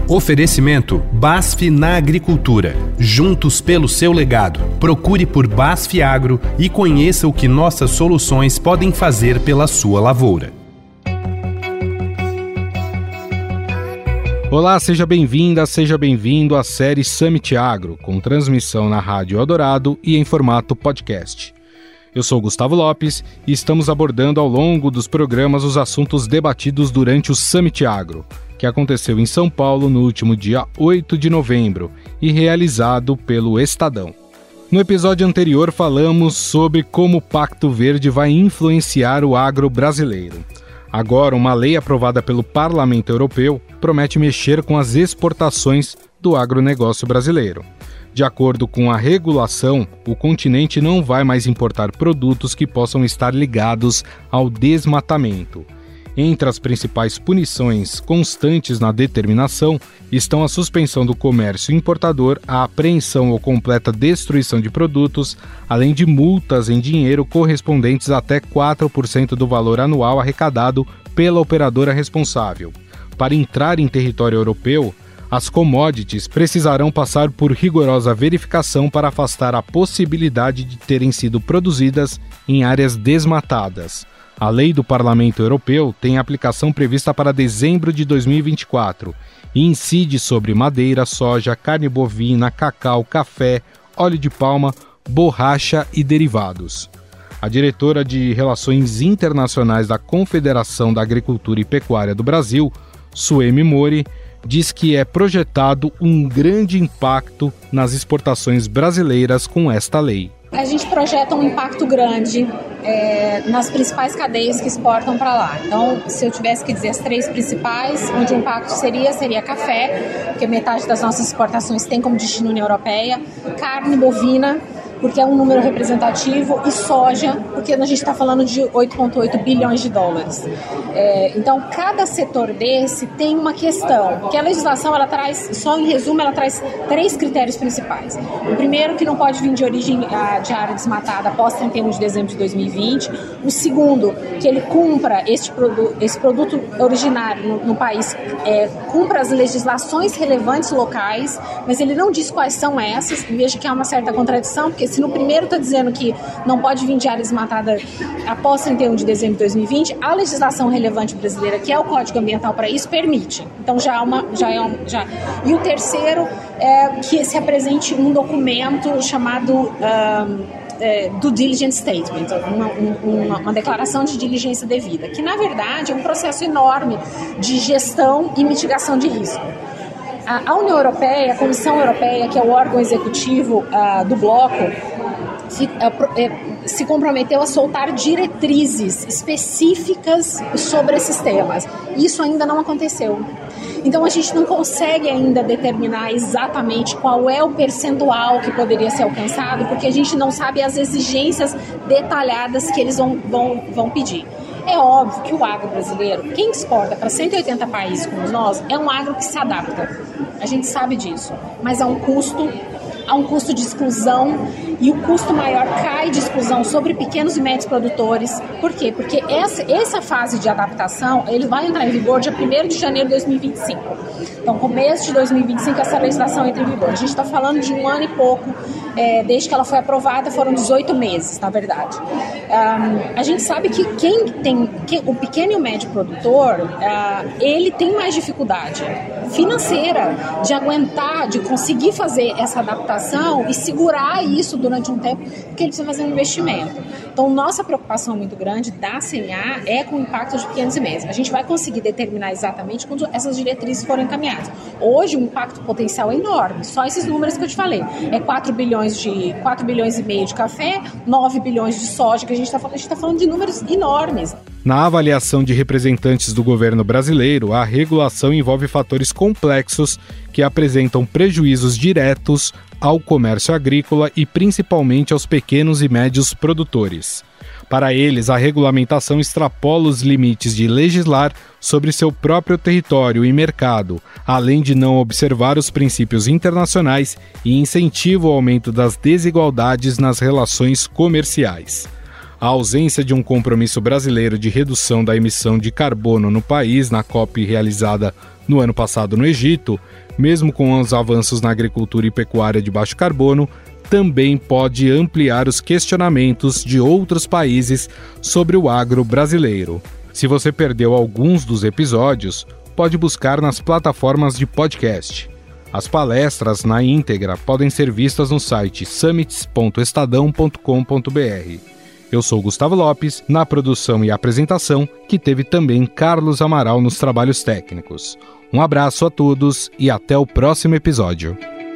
Oferecimento BASF na Agricultura. Juntos pelo seu legado. Procure por BASF Agro e conheça o que nossas soluções podem fazer pela sua lavoura. Olá, seja bem-vinda, seja bem-vindo à série Summit Agro, com transmissão na Rádio Eldorado e em formato podcast. Eu sou Gustavo Lopes e estamos abordando ao longo dos programas os assuntos debatidos durante o Summit Agro, que aconteceu em São Paulo no último dia 8 de novembro e realizado pelo Estadão. No episódio anterior falamos sobre como o Pacto Verde vai influenciar o agro brasileiro. Agora, uma lei aprovada pelo Parlamento Europeu promete mexer com as exportações do agronegócio brasileiro. De acordo com a regulação, o continente não vai mais importar produtos que possam estar ligados ao desmatamento. Entre as principais punições constantes na determinação estão a suspensão do comércio importador, a apreensão ou completa destruição de produtos, além de multas em dinheiro correspondentes a até 4% do valor anual arrecadado pela operadora responsável. Para entrar em território europeu, as commodities precisarão passar por rigorosa verificação para afastar a possibilidade de terem sido produzidas em áreas desmatadas. A lei do Parlamento Europeu tem aplicação prevista para dezembro de 2024 e incide sobre madeira, soja, carne bovina, cacau, café, óleo de palma, borracha e derivados. A diretora de Relações Internacionais da Confederação da Agricultura e Pecuária do Brasil, Suemi Mori, diz que é projetado um grande impacto nas exportações brasileiras com esta lei. A gente projeta um impacto grande nas principais cadeias que exportam para lá. Então, se eu tivesse que dizer as três principais, onde o impacto seria café, porque metade das nossas exportações tem como destino União Europeia, carne bovina, porque é um número representativo, e soja, porque a gente está falando de 8,8 bilhões de dólares. Então, cada setor desse tem uma questão, porque a legislação, ela traz, só em resumo, ela traz três critérios principais. O primeiro, que não pode vir de origem de área desmatada após 31 de dezembro de 2020. O segundo, que ele cumpra esse produto originário no país, cumpra as legislações relevantes locais, mas ele não diz quais são essas, e veja que há uma certa contradição, porque se no primeiro está dizendo que não pode vir de área desmatada após 31 de dezembro de 2020, a legislação relevante brasileira, que é o Código Ambiental para isso, permite. Então E o terceiro é que se apresente um documento chamado Due Diligence Statement, uma declaração de diligência devida, que na verdade é um processo enorme de gestão e mitigação de risco. A União Europeia, a Comissão Europeia, que é o órgão executivo do bloco, se comprometeu a soltar diretrizes específicas sobre esses temas. Isso ainda não aconteceu. Então a gente não consegue ainda determinar exatamente qual é o percentual que poderia ser alcançado, porque a gente não sabe as exigências detalhadas que eles vão pedir. É óbvio que o agro brasileiro, quem exporta para 180 países como nós, é um agro que se adapta. A gente sabe disso, mas há um custo de exclusão, e o custo maior cai de exclusão sobre pequenos e médios produtores. Por quê? Porque essa fase de adaptação, ele vai entrar em vigor dia 1º de janeiro de 2025. Então, começo de 2025, essa legislação entra em vigor. A gente está falando de um ano e pouco, desde que ela foi aprovada, foram 18 meses, na verdade. A gente sabe que o pequeno e o médio produtor, ele tem mais dificuldade financeira de aguentar, de conseguir fazer essa adaptação e segurar isso durante um tempo, porque ele precisa fazer um investimento. Então, nossa preocupação muito grande da CNA é com o impacto de pequenos e médios. A gente vai conseguir determinar exatamente quando essas diretrizes forem encaminhadas. Hoje, o impacto potencial é enorme. Só esses números que eu te falei. 4 bilhões e meio de café, 9 bilhões de soja, que a gente está falando de números enormes. Na avaliação de representantes do governo brasileiro, a regulação envolve fatores complexos que apresentam prejuízos diretos ao comércio agrícola e principalmente aos pequenos e médios produtores. Para eles, a regulamentação extrapola os limites de legislar sobre seu próprio território e mercado, além de não observar os princípios internacionais e incentiva o aumento das desigualdades nas relações comerciais. A ausência de um compromisso brasileiro de redução da emissão de carbono no país na COP realizada No ano passado, no Egito, mesmo com os avanços na agricultura e pecuária de baixo carbono, também pode ampliar os questionamentos de outros países sobre o agro brasileiro. Se você perdeu alguns dos episódios, pode buscar nas plataformas de podcast. As palestras na íntegra podem ser vistas no site summits.estadão.com.br. Eu sou Gustavo Lopes, na produção e apresentação, que teve também Carlos Amaral nos trabalhos técnicos. Um abraço a todos e até o próximo episódio.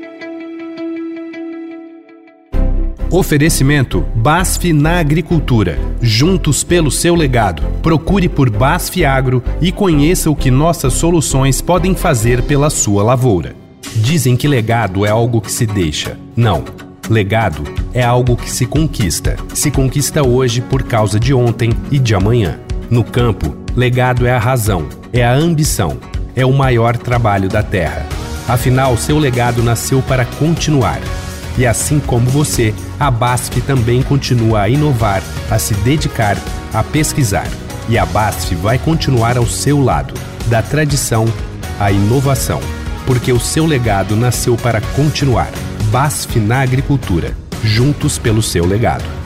Oferecimento BASF na Agricultura. Juntos pelo seu legado. Procure por BASF Agro e conheça o que nossas soluções podem fazer pela sua lavoura. Dizem que legado é algo que se deixa. Não. Legado é algo que se conquista. Se conquista hoje por causa de ontem e de amanhã. No campo, legado é a razão, é a ambição, é o maior trabalho da terra. Afinal, seu legado nasceu para continuar. E assim como você, a BASF também continua a inovar, a se dedicar, a pesquisar. E a BASF vai continuar ao seu lado, da tradição à inovação. Porque o seu legado nasceu para continuar. BASF na Agricultura. Juntos pelo seu legado.